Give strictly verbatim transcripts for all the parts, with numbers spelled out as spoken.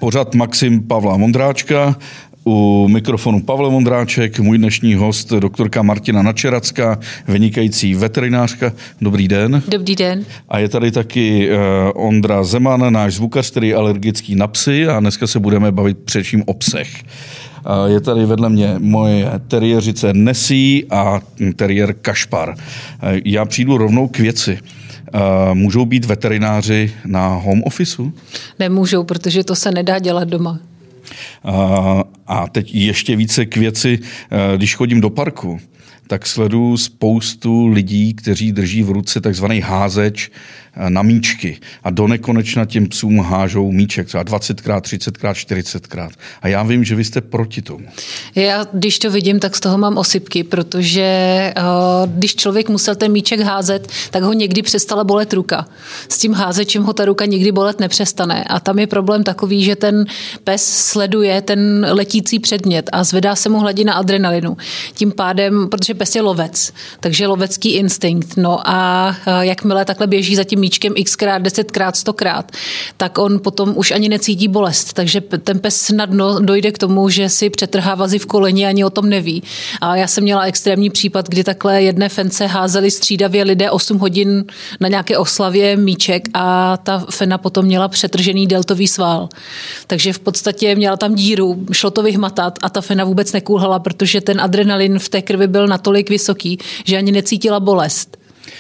Pořad Maxim Pavla Vondráčka. U mikrofonu Pavel Vondráček, můj dnešní host, doktorka Martina Načeracká, vynikající veterinářka. Dobrý den. Dobrý den. A je tady taky uh, Ondra Zeman, náš zvukař, který je alergický na psy, a dneska se budeme bavit především o psech. Uh, je tady vedle mě moje teriéřice Nessie a teriér Kašpar. Uh, já přijdu rovnou k věci. Uh, můžou být veterináři na home officeu? Nemůžou, protože to se nedá dělat doma. A teď ještě více k věci, když chodím do parku, tak sleduju spoustu lidí, kteří drží v ruce takzvaný házeč na míčky a do nekonečna těm psům hážou míček, třeba dvacetkrát, třicetkrát, čtyřicetkrát. A já vím, že vy jste proti tomu. Já, když to vidím, tak z toho mám osypky, protože uh, když člověk musel ten míček házet, tak ho někdy přestala bolet ruka. S tím házečem ho ta ruka nikdy bolet nepřestane. A tam je problém takový, že ten pes sleduje ten letící předmět a zvedá se mu hladina adrenalinu. Tím pádem, protože pes je lovec, takže lovecký instinkt. No a uh, jakmile takhle běží za tím míčkem xkrát, desetkrát, stokrát, tak on potom už ani necítí bolest. Takže ten pes snadno dojde k tomu, že si přetrhá vazy v koleni, ani o tom neví. A já jsem měla extrémní případ, kdy takhle jedné fence házeli střídavě lidé osm hodin na nějaké oslavě míček a ta fena potom měla přetržený deltový sval. Takže v podstatě měla tam díru, šlo to vyhmatat a ta fena vůbec nekulhala, protože ten adrenalin v té krvi byl natolik vysoký, že ani necítila bolest.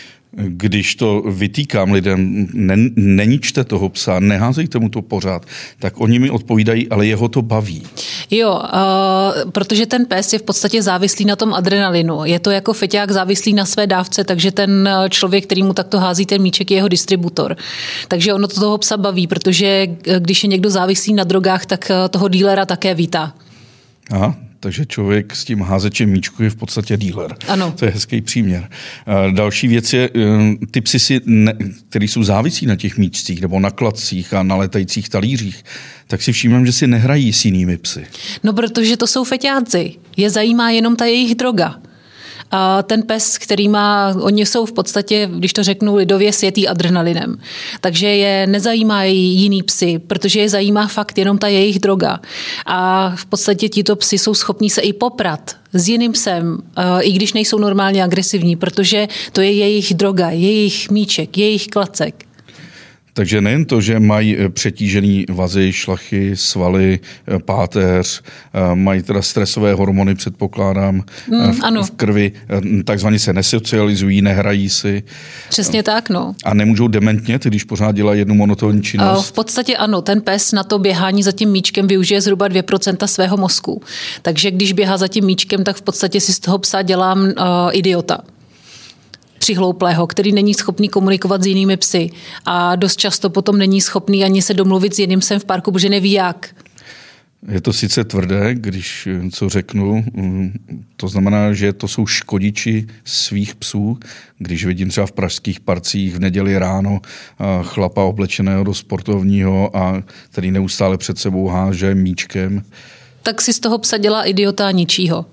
Když to vytýkám lidem, ne, neničte toho psa, neházejte mu to pořád, tak oni mi odpovídají, ale jeho to baví. Jo, uh, protože ten pes je v podstatě závislý na tom adrenalinu. Je to jako feťák závislý na své dávce, takže ten člověk, který mu takto hází ten míček, je jeho distributor. Takže ono to toho psa baví, protože když je někdo závislý na drogách, tak toho dílera také vítá. Aha. Takže člověk s tím házečem míčku je v podstatě dealer. Ano. To je hezký příměr. Další věc je, ty psy, si ne, který jsou závisí na těch míčcích nebo na kladcích a na letajících talířích, tak si všímám, že si nehrají s jinými psy. No, protože to jsou feťáci. Je zajímá jenom ta jejich droga. A ten pes, který má, oni jsou v podstatě, když to řeknu lidově, sjetý adrenalinem. Takže je nezajímají jiný psy, protože je zajímá fakt jenom ta jejich droga. A v podstatě tito psy jsou schopní se i poprat s jiným psem, i když nejsou normálně agresivní, protože to je jejich droga, jejich míček, jejich klacek. Takže nejen to, že mají přetížený vazy, šlachy, svaly, páteř, mají teda stresové hormony, předpokládám, mm, v, ano. v krvi, takzvaně se nesocializují, nehrají si. Přesně tak, no. A nemůžou dementnět, když pořád dělají jednu monotónní činnost? V podstatě ano, ten pes na to běhání za tím míčkem využije zhruba dvě procenta svého mozku. Takže když běhá za tím míčkem, tak v podstatě si z toho psa dělám uh, idiota. Přihlouplého, který není schopný komunikovat s jinými psy a dost často potom není schopný ani se domluvit s jiným psem v parku, protože neví jak. Je to sice tvrdé, když co řeknu, to znamená, že to jsou škodiči svých psů. Když vidím třeba v pražských parcích v neděli ráno chlapa oblečeného do sportovního a který neustále před sebou háže míčkem. Tak si z toho psa dělá idiota ničího.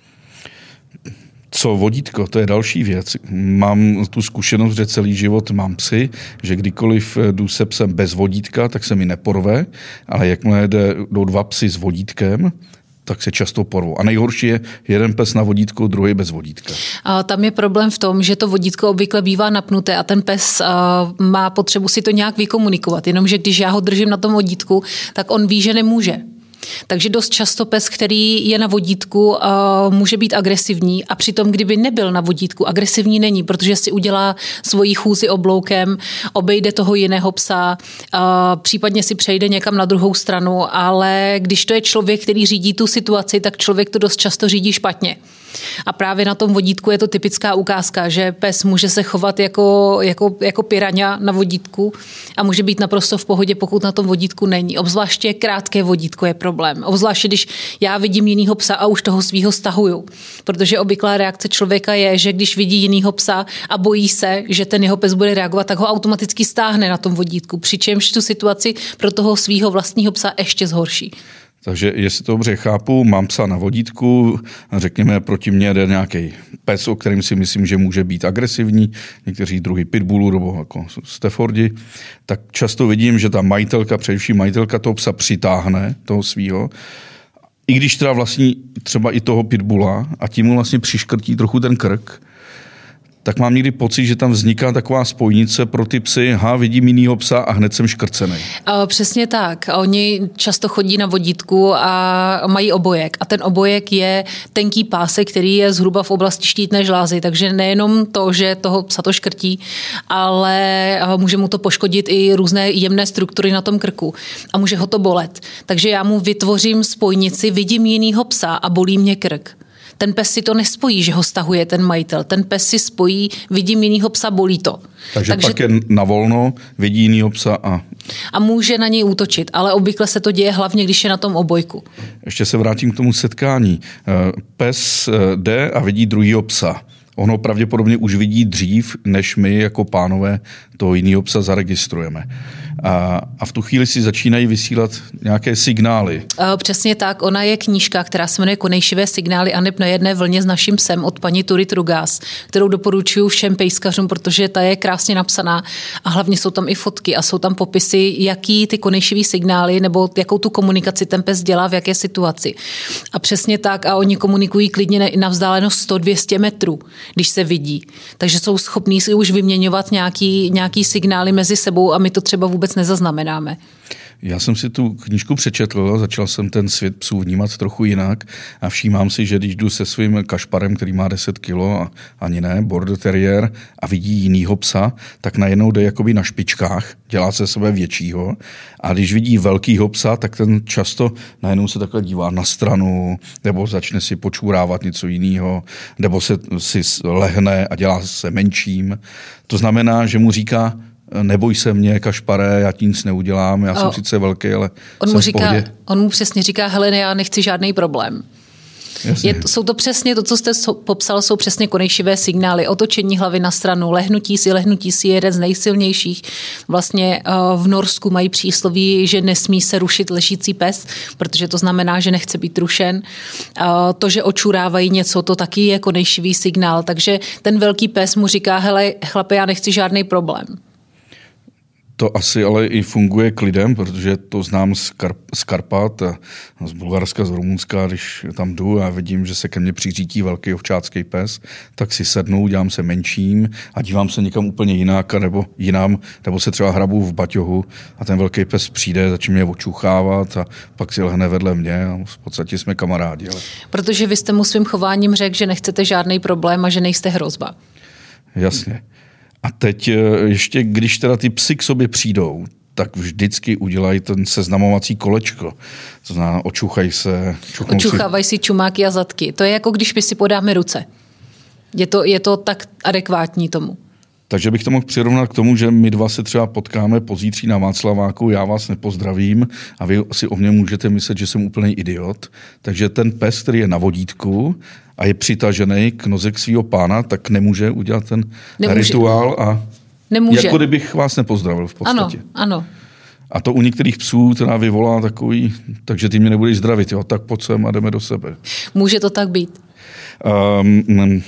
Co vodítko, to je další věc. Mám tu zkušenost, že celý život mám psy, že kdykoliv jdu se psem bez vodítka, tak se mi neporve, ale jakmile jdou dva psy s vodítkem, tak se často porvou. A nejhorší je jeden pes na vodítku, druhý bez vodítka. A tam je problém v tom, že to vodítko obvykle bývá napnuté a ten pes má potřebu si to nějak vykomunikovat. Jenomže když já ho držím na tom vodítku, tak on ví, že nemůže. Takže dost často pes, který je na vodítku, uh, může být agresivní a přitom, kdyby nebyl na vodítku, agresivní není, protože si udělá svoji chůzi obloukem, obejde toho jiného psa, uh, případně si přejde někam na druhou stranu, ale když to je člověk, který řídí tu situaci, tak člověk to dost často řídí špatně. A právě na tom vodítku je to typická ukázka, že pes může se chovat jako, jako, jako piraňa na vodítku a může být naprosto v pohodě, pokud na tom vodítku není. Obzvláště krátké vodítko je problém. Obzvláště, když já vidím jinýho psa a už toho svýho stahuju. Protože obvyklá reakce člověka je, že když vidí jinýho psa a bojí se, že ten jeho pes bude reagovat, tak ho automaticky stáhne na tom vodítku. Přičemž tu situaci pro toho svýho vlastního psa ještě zhorší. Takže jestli to dobře chápu, mám psa na vodítku, řekněme, proti mně jde nějaký pes, o kterém si myslím, že může být agresivní, někteří druhy pitbullů nebo jako Staffordi, tak často vidím, že ta majitelka, především majitelka toho psa přitáhne, toho svýho, i když teda vlastní třeba i toho pitbulla a tím mu vlastně přiškrtí trochu ten krk, tak mám někdy pocit, že tam vzniká taková spojnice pro ty psy, ha, vidím jinýho psa a hned jsem škrcený. Přesně tak. Oni často chodí na vodítku a mají obojek. A ten obojek je tenký pásek, který je zhruba v oblasti štítné žlázy. Takže nejenom to, že toho psa to škrtí, ale může mu to poškodit i různé jemné struktury na tom krku. A může ho to bolet. Takže já mu vytvořím spojnici, vidím jinýho psa a bolí mě krk. Ten pes si to nespojí, že ho stahuje ten majitel. Ten pes si spojí, vidím jinýho psa, bolí to. Takže, Takže pak je na volno, vidí jinýho psa a... A může na něj útočit, ale obvykle se to děje hlavně, když je na tom obojku. Ještě se vrátím k tomu setkání. Pes jde a vidí druhýho psa. On ho pravděpodobně už vidí dřív, než my jako pánové toho jinýho psa zaregistrujeme. A, a v tu chvíli si začínají vysílat nějaké signály. Přesně tak. Ona je knížka, která se jmenuje Konejšivé signály aneb na jedné vlně s naším psem od paní Turit Rugás, kterou doporučuji všem pejskařům, protože ta je krásně napsaná a hlavně jsou tam i fotky a jsou tam popisy, jaký ty konejšivý signály nebo jakou tu komunikaci ten pes dělá v jaké situaci. A přesně tak a oni komunikují klidně na vzdálenost sto dvě stě metrů, když se vidí. Takže jsou schopní si už vyměňovat nějaký, nějaký signály mezi sebou a my to třeba vůbec nezaznamenáme. Já jsem si tu knížku přečetl a začal jsem ten svět psů vnímat trochu jinak a všímám si, že když jdu se svým kašparem, který má deset kilo a ani ne, border terrier a vidí jinýho psa, tak najednou jde jakoby na špičkách, dělá se sebe většího a když vidí velkýho psa, tak ten často najednou se takhle dívá na stranu nebo začne si počůrávat něco jiného, nebo se si lehne a dělá se menším. To znamená, že mu říká: neboj se mě, kašpare, já ti nic neudělám, já jsem o, sice velký, ale on jsem mu v říká, pohodě. On mu přesně říká: hele, já nechci žádný problém. Je, jsou to přesně to, co jste popsal, jsou přesně konejšivé signály. Otočení hlavy na stranu, lehnutí si, lehnutí si je jeden z nejsilnějších. Vlastně v Norsku mají přísloví, že nesmí se rušit ležící pes, protože to znamená, že nechce být rušen. To, že očurávají něco, to taky je konejšivý signál. Takže ten velký pes mu říká: hele, chlape, já nechci žádný problém. To asi ale i funguje k lidem, protože to znám z, Karp- z Karpat, z Bulharska, z Rumunska, když tam jdu a vidím, že se ke mně přiřítí velký ovčácký pes, tak si sednu, dělám se menším a dívám se někam úplně jinak, nebo jinam, nebo se třeba hrabu v baťohu a ten velký pes přijde, začne mě očuchávat a pak si lehne vedle mě a v podstatě jsme kamarádi. Ale... Protože vy jste mu svým chováním řekl, že nechcete žádný problém a že nejste hrozba. Jasně. A teď ještě, když teda ty psy k sobě přijdou, tak vždycky udělají ten seznamovací kolečko. To znamená, očuchají se. Očuchávají si čumáky a zadky. To je jako když my si podáme ruce. Je to, je to tak adekvátní tomu. Takže bych to mohl přirovnat k tomu, že my dva se třeba potkáme pozítří na Václaváku, já vás nepozdravím a vy si o mě můžete myslet, že jsem úplný idiot. Takže ten pes, který je na vodítku a je přitažený k noze k svýho pána, tak nemůže udělat ten nemůže. rituál a nemůže. Jako kdybych vás nepozdravil v podstatě. Ano, ano. A to u některých psů teda vyvolá takový, takže ty mě nebudeš zdravit, jo, tak pojď sem a jdeme do sebe. Může to tak být. Um, um,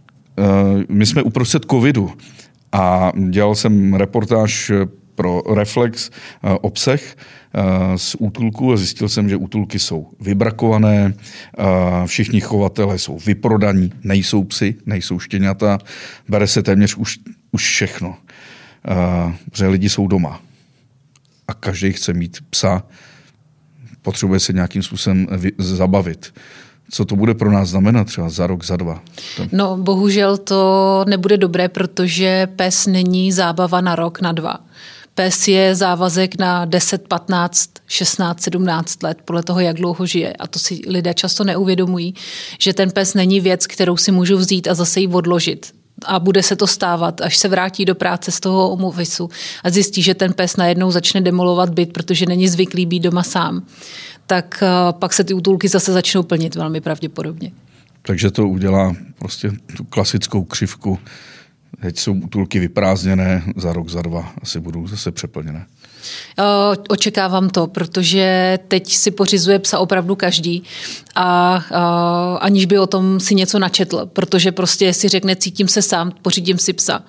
my jsme uprostřed covidu a dělal jsem reportáž pro Reflex o psech z útulku a zjistil jsem, že útulky jsou vybrakované, všichni chovatelé jsou vyprodaní, nejsou psy, nejsou štěňata, bere se téměř už, už všechno, protože lidi jsou doma a každý chce mít psa, potřebuje se nějakým způsobem zabavit. Co to bude pro nás znamenat třeba za rok, za dva? No bohužel to nebude dobré, protože pes není zábava na rok, na dva. Pes je závazek na deset, patnáct, šestnáct, sedmnáct let, podle toho, jak dlouho žije. A to si lidé často neuvědomují, že ten pes není věc, kterou si můžu vzít a zase ji odložit. A bude se to stávat, až se vrátí do práce z toho home officeu a zjistí, že ten pes najednou začne demolovat byt, protože není zvyklý být doma sám. Tak pak se ty útulky zase začnou plnit velmi pravděpodobně. Takže to udělá prostě tu klasickou křivku. Teď jsou útulky vyprázdněné, za rok, za dva asi budou zase přeplněné. Očekávám to, protože teď si pořizuje psa opravdu každý a, a aniž by o tom si něco načetl, protože prostě si řekne, cítím se sám, pořídím si psa.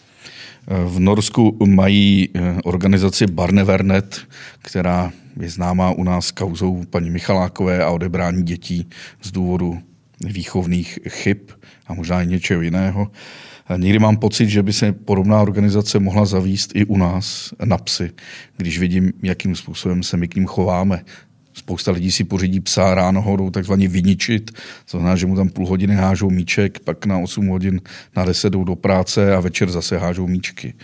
V Norsku mají organizaci Barnevernet, která je známá u nás kauzou paní Michalákové a odebrání dětí z důvodu výchovných chyb a možná i něčeho jiného. Někdy mám pocit, že by se podobná organizace mohla zavést i u nás na psy, když vidím, jakým způsobem se my k ním chováme. Spousta lidí si pořídí psa, ráno ho jdou takzvaně vyničit, to znamená, že mu tam půl hodiny hážou míček, pak na osm hodin, na deset jdou do práce a večer zase hážou míčky.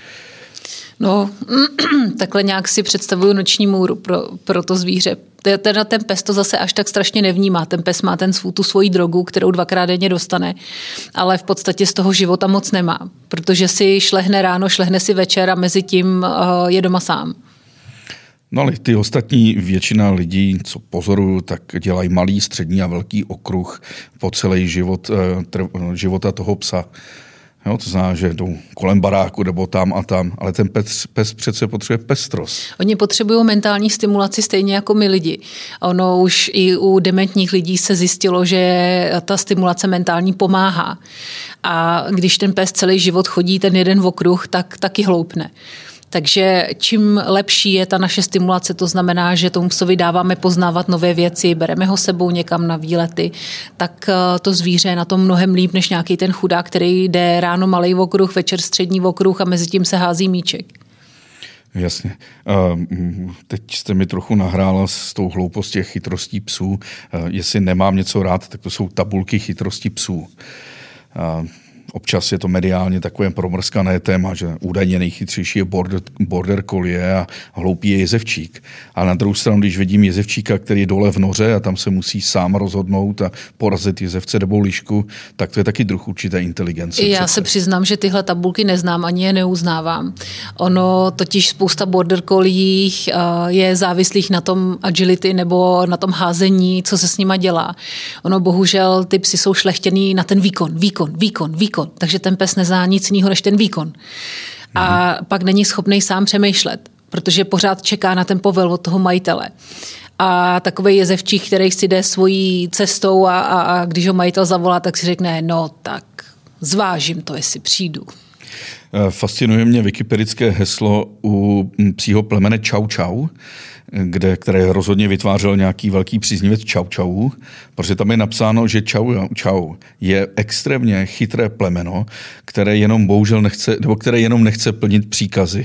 No, takhle nějak si představuju noční můru pro, pro to zvíře. Ten, ten pes to zase až tak strašně nevnímá. Ten pes má ten svou, tu svoji drogu, kterou dvakrát denně dostane, ale v podstatě z toho života moc nemá, protože si šlehne ráno, šlehne si večer a mezi tím uh, je doma sám. No ale ty ostatní, většina lidí, co pozoruju, tak dělají malý, střední a velký okruh po celý život, uh, života toho psa. Jo, to znamená, že jdou kolem baráku nebo tam a tam, ale ten pes, pes přece potřebuje pestrost. Oni potřebují mentální stimulaci stejně jako my lidi. Ono už i u dementních lidí se zjistilo, že ta stimulace mentální pomáhá. A když ten pes celý život chodí ten jeden okruh, tak taky hloupne. Takže čím lepší je ta naše stimulace, to znamená, že tomu psovi dáváme poznávat nové věci, bereme ho sebou někam na výlety, tak to zvíře je na tom mnohem líp než nějaký ten chudák, který jde ráno malej okruh, večer střední okruh a mezi tím se hází míček. Jasně. Teď jste mi trochu nahrála s tou hloupostí chytrostí psů. Jestli nemám něco rád, tak to jsou tabulky chytrosti psů. Občas je to mediálně takové promrskané téma, že údajně nejchytřejší je border, border collie a hloupý je jezevčík. Ale na druhou stranu, když vidím jezevčíka, který je dole v noře a tam se musí sám rozhodnout a porazit jezevce nebo lišku, tak to je taky druh určité inteligence. Já přece se přiznám, že tyhle tabulky neznám, ani je neuznávám. Ono totiž spousta border collie je závislých na tom agility nebo na tom házení, co se s nima dělá. Ono bohužel ty psy jsou šlechtěný na ten výkon, výkon, výkon, výkon. Takže ten pes nezná nic jiného než ten výkon. A hmm. pak není schopný sám přemýšlet, protože pořád čeká na ten povel od toho majitele. A takovej jezevčík, který si jde svojí cestou a, a, a když ho majitel zavolá, tak si řekne, no tak zvážím to, jestli přijdu. Fascinuje mě wikipedické heslo u psího plemene Čau Čau, kde, které rozhodně vytvářel nějaký velký příznivec Čau Čau, protože tam je napsáno, že Čau Čau je extrémně chytré plemeno, které jenom bohužel nechce, nebo které jenom nechce plnit příkazy.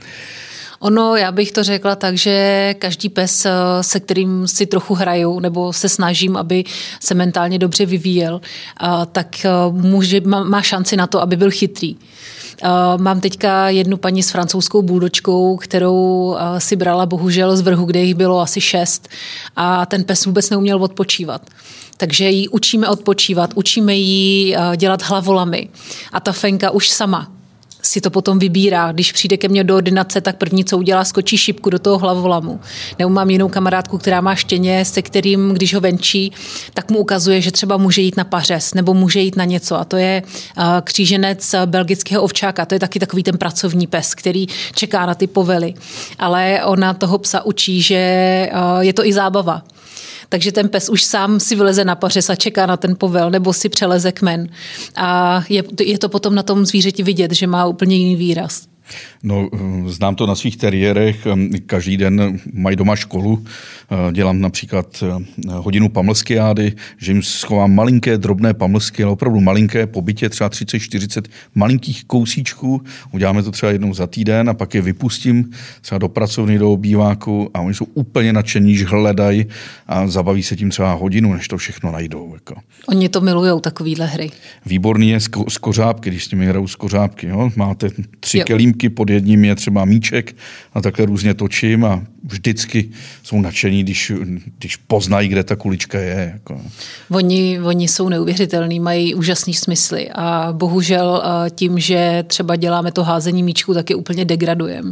Ono, já bych to řekla tak, že každý pes, se kterým si trochu hraju nebo se snažím, aby se mentálně dobře vyvíjel, tak může, má šanci na to, aby byl chytrý. Mám teďka jednu paní s francouzskou buldočkou, kterou si brala bohužel z vrhu, kde jich bylo asi šest a ten pes vůbec neuměl odpočívat. Takže ji učíme odpočívat, učíme ji dělat hlavolamy a ta Fenka už sama si to potom vybírá. Když přijde ke mně do ordinace, tak první, co udělá, skočí šipku do toho hlavolamu. Nebo mám jinou kamarádku, která má štěně, se kterým, když ho venčí, tak mu ukazuje, že třeba může jít na pařez nebo může jít na něco. A to je kříženec belgického ovčáka. To je taky takový ten pracovní pes, který čeká na ty povely. Ale ona toho psa učí, že je to i zábava. Takže ten pes už sám si vyleze na pařez a čeká na ten povel, nebo si přeleze kmen. A je, je to potom na tom zvířeti vidět, že má úplně jiný výraz. No, znám to na svých teriérech. Každý den mají doma školu. Dělám například hodinu pamlskiády, že jim schovám malinké, drobné pamlsky, ale opravdu malinké, po bytě třeba třicet čtyřicet malinkých kousíčků. Uděláme to třeba jednou za týden a pak je vypustím třeba do pracovny, do obýváku a oni jsou úplně nadšení, že hledají a zabaví se tím třeba hodinu, než to všechno najdou. Jako. Oni to milujou, takovýhle hry. Výborný je z kořápky, když s nimi hrajou z kořápky. Jo? Máte tři jo. kelímky, pod jedním je třeba míček a takhle různě točím a vždycky jsou nadšení, když, když poznají, kde ta kulička je. Jako. Oni, oni jsou neuvěřitelní, mají úžasný smysly a bohužel tím, že třeba děláme to házení míčku, tak je úplně degradujeme.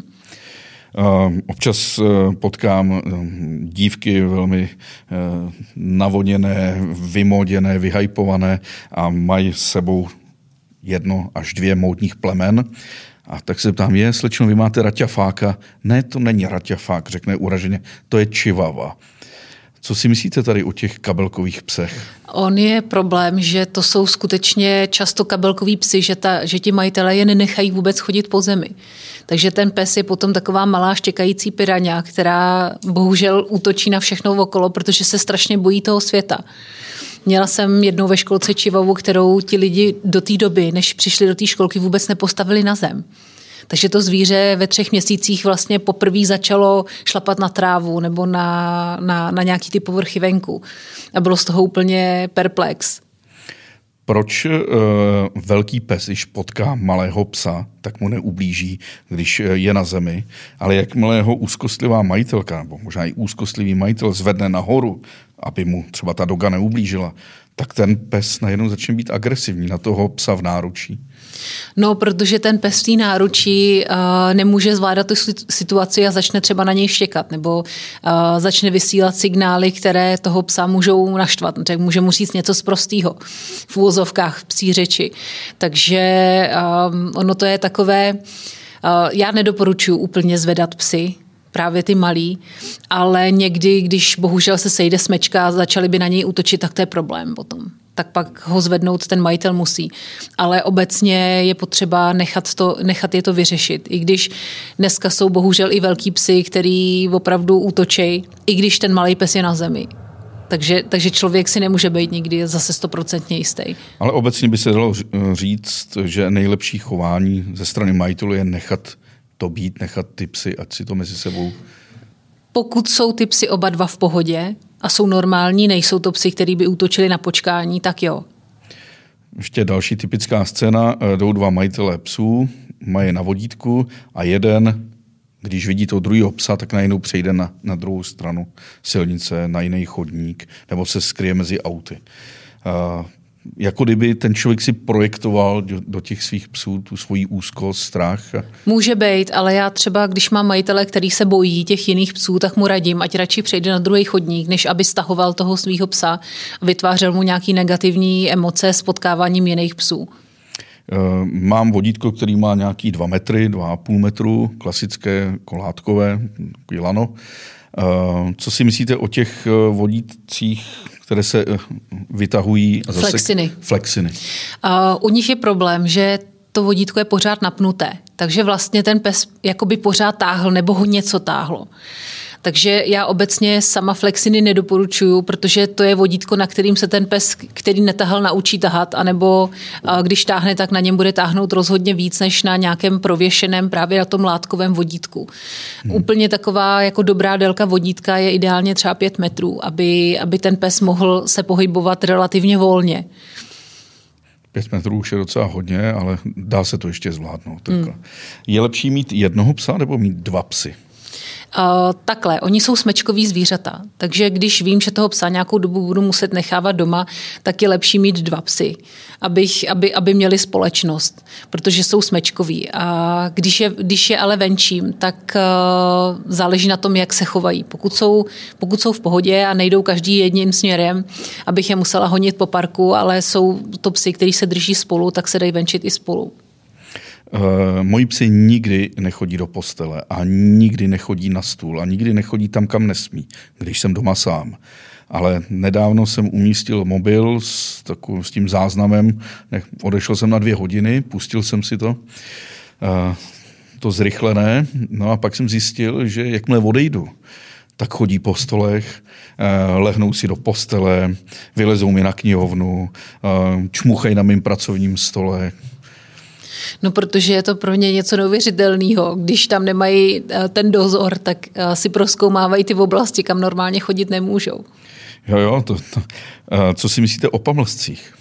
Občas potkám dívky velmi navoněné, vymoděné, vyhypované a mají s sebou jedno až dvě módních plemen. A tak se ptám, je, slečno, vy máte raťafáka? Ne, to není raťafák, řekne uraženě, to je čivava. Co si myslíte tady o těch kabelkových psech? On je problém, že to jsou skutečně často kabelkoví psi, že, ta, že ti majitelé je nenechají vůbec chodit po zemi. Takže ten pes je potom taková malá štěkající piraňa, která bohužel útočí na všechno okolo, protože se strašně bojí toho světa. Měla jsem jednou ve školce čivavu, kterou ti lidi do té doby, než přišli do té školky, vůbec nepostavili na zem. Takže to zvíře ve třech měsících vlastně poprvé začalo šlapat na trávu nebo na, na, na nějaký ty povrchy venku. A bylo z toho úplně perplex. Proč uh, velký pes, když potká malého psa, tak mu neublíží, když je na zemi, ale jakmile ho úzkostlivá majitelka, nebo možná i úzkostlivý majitel zvedne nahoru, aby mu třeba ta doga neublížila, tak ten pes najednou začne být agresivní na toho psa v náručí. No, protože ten pes v té náručí uh, nemůže zvládat tu situaci a začne třeba na něj štěkat, nebo uh, začne vysílat signály, které toho psa můžou naštvat. Tak může mu říct něco sprostýho v úvozovkách v psí řeči. Takže um, ono to je takové, uh, já nedoporučuji úplně zvedat psy, právě ty malí, ale někdy, když bohužel se sejde smečka a začali by na něj útočit, tak to je problém potom. Tak pak ho zvednout ten majitel musí. Ale obecně je potřeba nechat, to, nechat je to vyřešit. I když dneska jsou bohužel i velký psy, který opravdu útočí, i když ten malý pes je na zemi. Takže, takže člověk si nemůže být nikdy zase stoprocentně jistý. Ale obecně by se dalo říct, že nejlepší chování ze strany majitelů je nechat to být, nechat ty psy, ať si to mezi sebou. Pokud jsou ty psy oba dva v pohodě a jsou normální, nejsou to psy, který by útočili na počkání, tak jo. Ještě další typická scéna, jdou dva majitelé psů, mají na vodítku a jeden, když vidí toho druhého psa, tak najednou přejde na, na druhou stranu silnice, na jiný chodník, nebo se skryje mezi auty. Uh, Jako kdyby ten člověk si projektoval do, do těch svých psů tu svoji úzkost, strach. Může být, ale já třeba, když mám majitele, který se bojí těch jiných psů, tak mu radím, ať radši přejde na druhý chodník, než aby stahoval toho svého psa a vytvářel mu nějaký negativní emoce s potkáváním jiných psů. Mám vodítko, který má nějaký dva metry, dva a půl metru, klasické kolátkové, takový lano. Co si myslíte o těch vodítcích, které se vytahují? A zase flexiny. Flexiny. Uh, u nich je problém, že to vodítko je pořád napnuté, takže vlastně ten pes jakoby pořád táhl nebo ho něco táhlo. Takže já obecně sama flexiny nedoporučuju, protože to je vodítko, na kterým se ten pes, který netahal, naučí tahat, anebo když táhne, tak na něm bude táhnout rozhodně víc, než na nějakém prověšeném právě na tom látkovém vodítku. Hmm. Úplně taková jako dobrá délka vodítka je ideálně třeba pět metrů, aby, aby ten pes mohl se pohybovat relativně volně. Pět metrů už je docela hodně, ale dá se to ještě zvládnout. Hmm. Je lepší mít jednoho psa nebo mít dva psy? Uh, takhle, oni jsou smečkoví zvířata, takže když vím, že toho psa nějakou dobu budu muset nechávat doma, tak je lepší mít dva psy, abych, aby, aby měli společnost, protože jsou smečkoví. A když je, když je ale venčím, tak uh, záleží na tom, jak se chovají. Pokud jsou, pokud jsou v pohodě a nejdou každý jedním směrem, abych je musela honit po parku, ale jsou to psy, kteří se drží spolu, tak se dají venčit i spolu. Uh, moji psi nikdy nechodí do postele a nikdy nechodí na stůl a nikdy nechodí tam, kam nesmí, když jsem doma sám. Ale nedávno jsem umístil mobil s, takovým, s tím záznamem, ne, odešel jsem na dvě hodiny, pustil jsem si to, uh, to zrychlené, no a pak jsem zjistil, že jakmile odejdu, tak chodí po stolech, uh, lehnou si do postele, vylezou mi na knihovnu, uh, čmuchají na mým pracovním stole. No, protože je to pro ně něco neuvěřitelného. Když tam nemají ten dozor, tak si prozkoumávají ty oblasti, kam normálně chodit nemůžou. Jo, jo. To, to. Co si myslíte o pamlscích?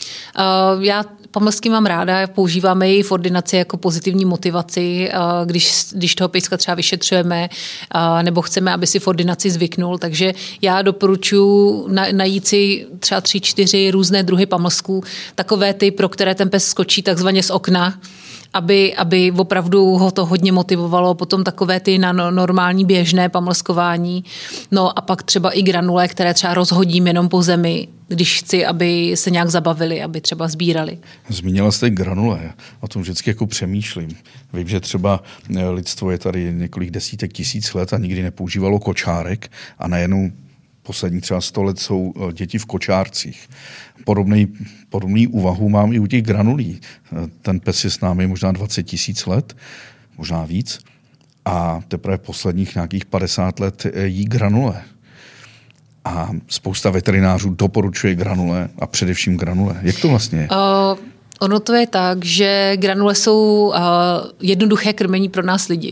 Já pamlsky mám ráda, používáme ji v ordinaci jako pozitivní motivaci, když, když toho pejska třeba vyšetřujeme nebo chceme, aby si v ordinaci zvyknul. Takže já doporučuji najít si třeba tři, čtyři různé druhy pamlsků, takové ty, pro které ten pes skočí takzvaně z okna aby, aby opravdu ho to hodně motivovalo, potom takové ty na normální běžné pamlskování, no a pak třeba i granule, které třeba rozhodím jenom po zemi, když chci, aby se nějak zabavili, aby třeba sbírali. Zmínila jste granule, o tom vždycky jako přemýšlím. Vím, že třeba lidstvo je tady několik desítek tisíc let a nikdy nepoužívalo kočárek a najednou poslední třeba sto let jsou děti v kočárcích. Podobný, podobný úvahu mám i u těch granulí. Ten pes je s námi možná dvacet tisíc let, možná víc. A teprve posledních nějakých padesát let jí granule. A spousta veterinářů doporučuje granule a především granule. Jak to vlastně je? Uh, ono to je tak, že granule jsou uh, jednoduché krmení pro nás lidi.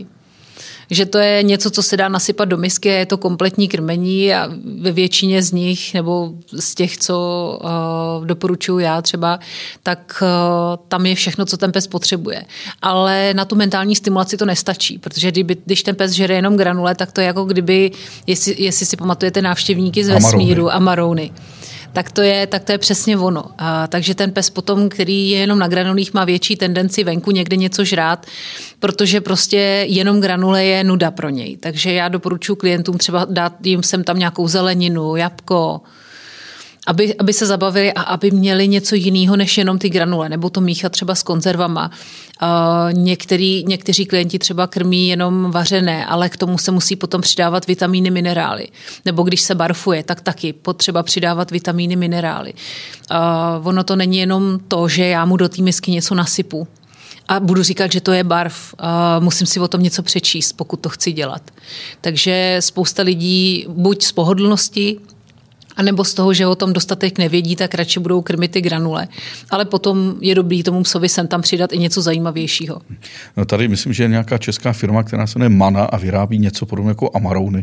Že to je něco, co se dá nasypat do misky, je to kompletní krmení a ve většině z nich, nebo z těch, co uh, doporučuji já třeba, tak uh, tam je všechno, co ten pes potřebuje. Ale na tu mentální stimulaci to nestačí, protože kdyby, když ten pes žere jenom granule, tak to je jako kdyby, jestli, jestli si pamatujete návštěvníky z vesmíru a marouny. Tak to je, tak to je přesně ono. A, takže ten pes potom, který je jenom na granulích, má větší tendenci venku někde něco žrát, protože prostě jenom granule je nuda pro něj. Takže já doporučuji klientům třeba dát jim sem tam nějakou zeleninu, jabko, aby, aby se zabavili a aby měli něco jiného než jenom ty granule, nebo to míchat třeba s konzervama. Uh, některý, někteří klienti třeba krmí jenom vařené, ale k tomu se musí potom přidávat vitamíny, minerály. Nebo když se barfuje, tak taky potřeba přidávat vitamíny, minerály. Uh, ono to není jenom to, že já mu do té misky něco nasypu a budu říkat, že to je barv. Uh, musím si o tom něco přečíst, pokud to chci dělat. Takže spousta lidí buď z pohodlnosti, a nebo z toho, že o tom dostatek nevědí, tak radši budou krmit ty granule. Ale potom je dobrý tomu psovi sem tam přidat i něco zajímavějšího. No tady myslím, že je nějaká česká firma, která se jmenuje Mana a vyrábí něco podobného jako amarouny.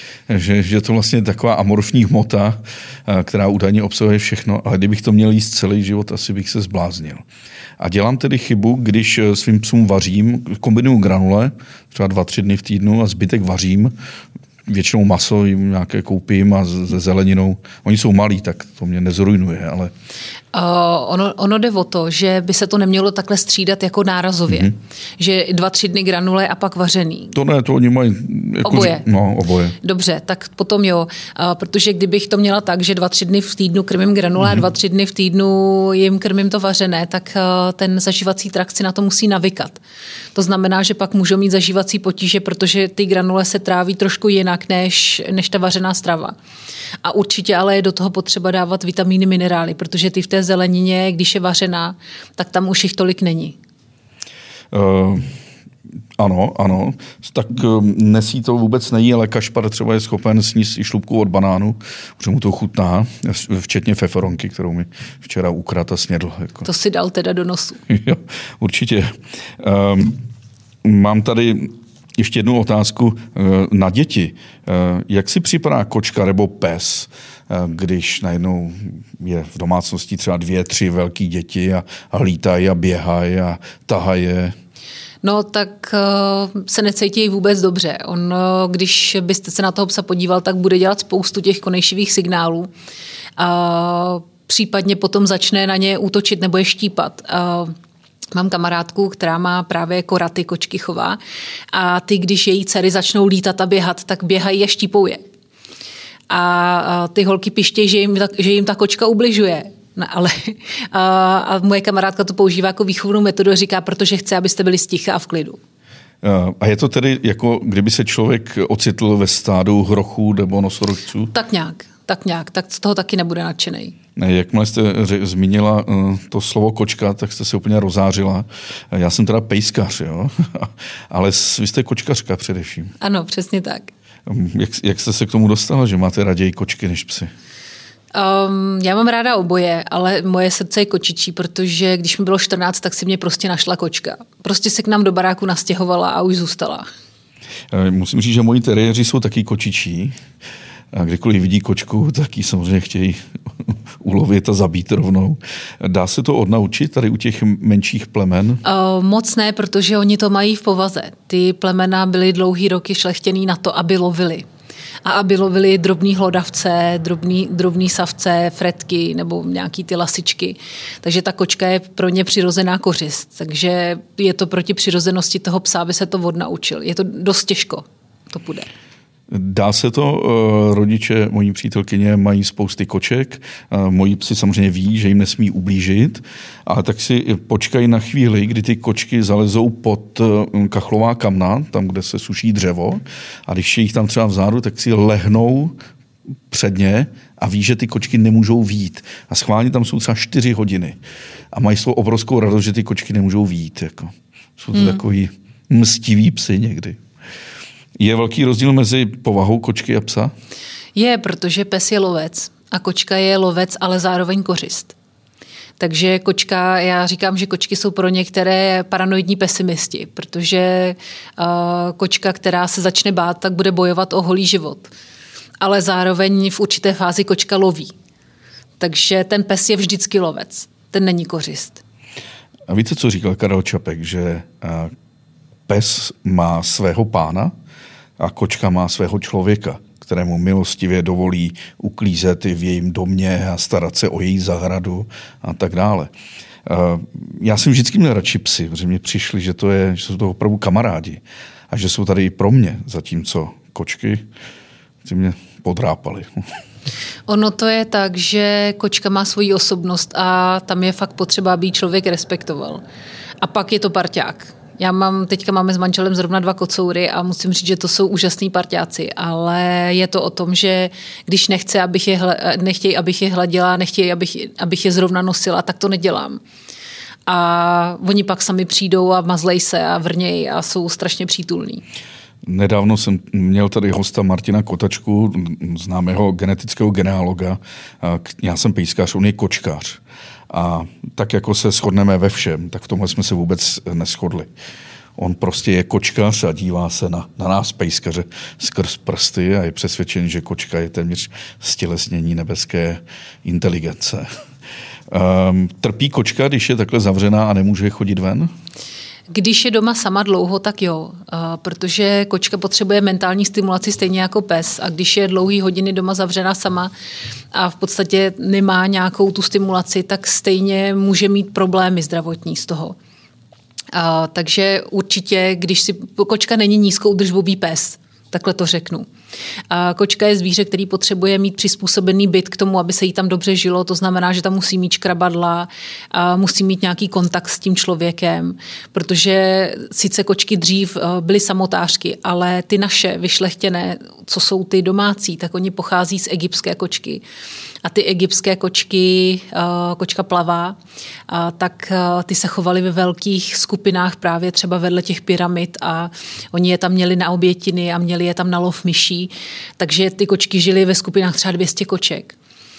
Že, že to vlastně je taková amorfní hmota, která údajně obsahuje všechno, ale kdybych to měl jíst celý život, asi bych se zbláznil. A dělám tedy chybu, když svým psům vařím, kombinuju granule, třeba dva, tři dny v týdnu a zbytek vařím, většinou maso jim nějaké koupím a se zeleninou. Oni jsou malí, tak to mě nezrujnuje, ale... Uh, ono, ono jde o to, že by se to nemělo takhle střídat jako nárazově. Mm-hmm. Že dva, tři dny granule a pak vařený. To ne, to oni mají... Jako, oboje. No, oboje. Dobře, tak potom jo. Uh, protože kdybych to měla tak, že dva, tři dny v týdnu krmím granule mm-hmm. a dva, tři dny v týdnu jim krmím to vařené, tak uh, ten zažívací trakt si na to musí navykat. To znamená, že pak můžou mít zažívací potíže, protože ty granule se tráví trošku jinak než, než ta vařená strava. A určitě ale je do toho potřeba dávat vitamíny, minerály, protože ty v té zelenině, když je vařená, tak tam už jich tolik není. Uh, ano, ano. Tak uh, Nesí to vůbec nejí, ale Kašpar třeba je schopen sníst i šlupku od banánu, protože mu to chutná, včetně feferonky, kterou mi včera ukradl a snědl. Jako. To si dal teda do nosu. Jo, určitě. Um, mám tady ještě jednu otázku na děti. Jak si připadá kočka nebo pes, když najednou je v domácnosti třeba dvě, tři velký děti a, a lítají a běhají a tahají? No tak uh, se necítí vůbec dobře. On, uh, když byste se na toho psa podíval, tak bude dělat spoustu těch konejšivých signálů. Uh, případně potom začne na ně útočit nebo je štípat. Uh, Mám kamarádku, která má právě koraty, kočky chová a ty, když její dcery začnou lítat a běhat, tak běhají a štípou je. A ty holky pištějí, že jim ta, že jim ta kočka ubližuje. No, ale a, a moje kamarádka to používá jako výchovnou metodu a říká, protože chce, abyste byli sticha a v klidu. A je to tedy jako, kdyby se člověk ocitl ve stádu hrochů nebo nosorožců? Tak nějak, tak nějak, tak z toho taky nebude nadšenej. Jakmile jste zmínila to slovo kočka, tak jste se úplně rozářila. Já jsem teda pejskař, jo? Ale vy jste kočkařka především. Ano, přesně tak. Jak, jak jste se k tomu dostala, že máte raději kočky než psy? Um, já mám ráda oboje, ale moje srdce je kočičí, protože když mi bylo čtrnáct, tak si mě prostě našla kočka. Prostě se k nám do baráku nastěhovala a už zůstala. Musím říct, že moji teriéři jsou taky kočičí. A kdykoliv vidí kočku, tak ji samozřejmě chtějí ulovit a zabít rovnou. Dá se to odnaučit tady u těch menších plemen? Uh, moc ne, protože oni to mají v povaze. Ty plemena byly dlouhý roky šlechtěný na to, aby lovili. a aby lovili drobný hlodavce, drobný, drobný savce, fretky nebo nějaký ty lasičky. Takže ta kočka je pro ně přirozená kořist. Takže je to proti přirozenosti toho psa, aby se to odnaučil. Je to dost těžko, to půjde. Dá se to, rodiče mojí přítelkyně mají spousty koček, moji psi samozřejmě ví, že jim nesmí ublížit, ale tak si počkají na chvíli, kdy ty kočky zalezou pod kachlová kamna, tam, kde se suší dřevo, a když je jich tam třeba vzadu, tak si lehnou předně a ví, že ty kočky nemůžou vyjít. A schválně tam jsou třeba čtyři hodiny. A mají svou obrovskou radost, že ty kočky nemůžou vyjít. Jako. Jsou to hmm. takový mstiví psy někdy. Je velký rozdíl mezi povahou kočky a psa? Je, protože pes je lovec a kočka je lovec, ale zároveň kořist. Takže kočka, já říkám, že kočky jsou pro některé paranoidní pesimisti, protože uh, kočka, která se začne bát, tak bude bojovat o holý život. Ale zároveň v určité fázi kočka loví. Takže ten pes je vždycky lovec, ten není kořist. A víte, co říkal Karel Čapek, že uh, pes má svého pána a kočka má svého člověka, kterému milostivě dovolí uklízet v jejím domě a starat se o její zahradu a tak dále. Já jsem vždycky měl radši psy, protože mi přišli, že, to je, že jsou to opravdu kamarádi a že jsou tady i pro mě, zatímco kočky ty mě podrápaly. Ono to je tak, že kočka má svoji osobnost a tam je fakt potřeba, aby člověk respektoval. A pak je to parťák. Já mám, teďka máme s manželem zrovna dva kocoury a musím říct, že to jsou úžasný parťáci, ale je to o tom, že když nechce, abych je, nechtějí, abych je hladila, nechtějí, abych, abych je zrovna nosila, tak to nedělám. A oni pak sami přijdou a mazlej se a vrnějí a jsou strašně přítulní. Nedávno jsem měl tady hosta Martina Kotačku, známého genetického genealoga. Já jsem pejskař, on je kočkář. A tak jako se shodneme ve všem, tak v tomhle jsme se vůbec neshodli. On prostě je kočkař a dívá se na, na nás pejskaře skrz prsty a je přesvědčen, že kočka je téměř stělesnění nebeské inteligence. Um, trpí kočka, když je takhle zavřená a nemůže chodit ven? Když je doma sama dlouho, tak jo, protože kočka potřebuje mentální stimulaci stejně jako pes a když je dlouhý hodiny doma zavřená sama a v podstatě nemá nějakou tu stimulaci, tak stejně může mít problémy zdravotní z toho. A, takže určitě, když si kočka není nízkoudržbový pes, takhle to řeknu. A kočka je zvíře, který potřebuje mít přizpůsobený byt k tomu, aby se jí tam dobře žilo. To znamená, že tam musí mít škrabadla, a musí mít nějaký kontakt s tím člověkem, protože sice kočky dřív byly samotářky, ale ty naše vyšlechtěné, co jsou ty domácí, tak oni pochází z egyptské kočky. A ty egyptské kočky, kočka plavá, tak ty se chovaly ve velkých skupinách právě třeba vedle těch pyramid a oni je tam měli na obětiny a měli je tam na lov myší, takže ty kočky žily ve skupinách třeba dvě stě koček.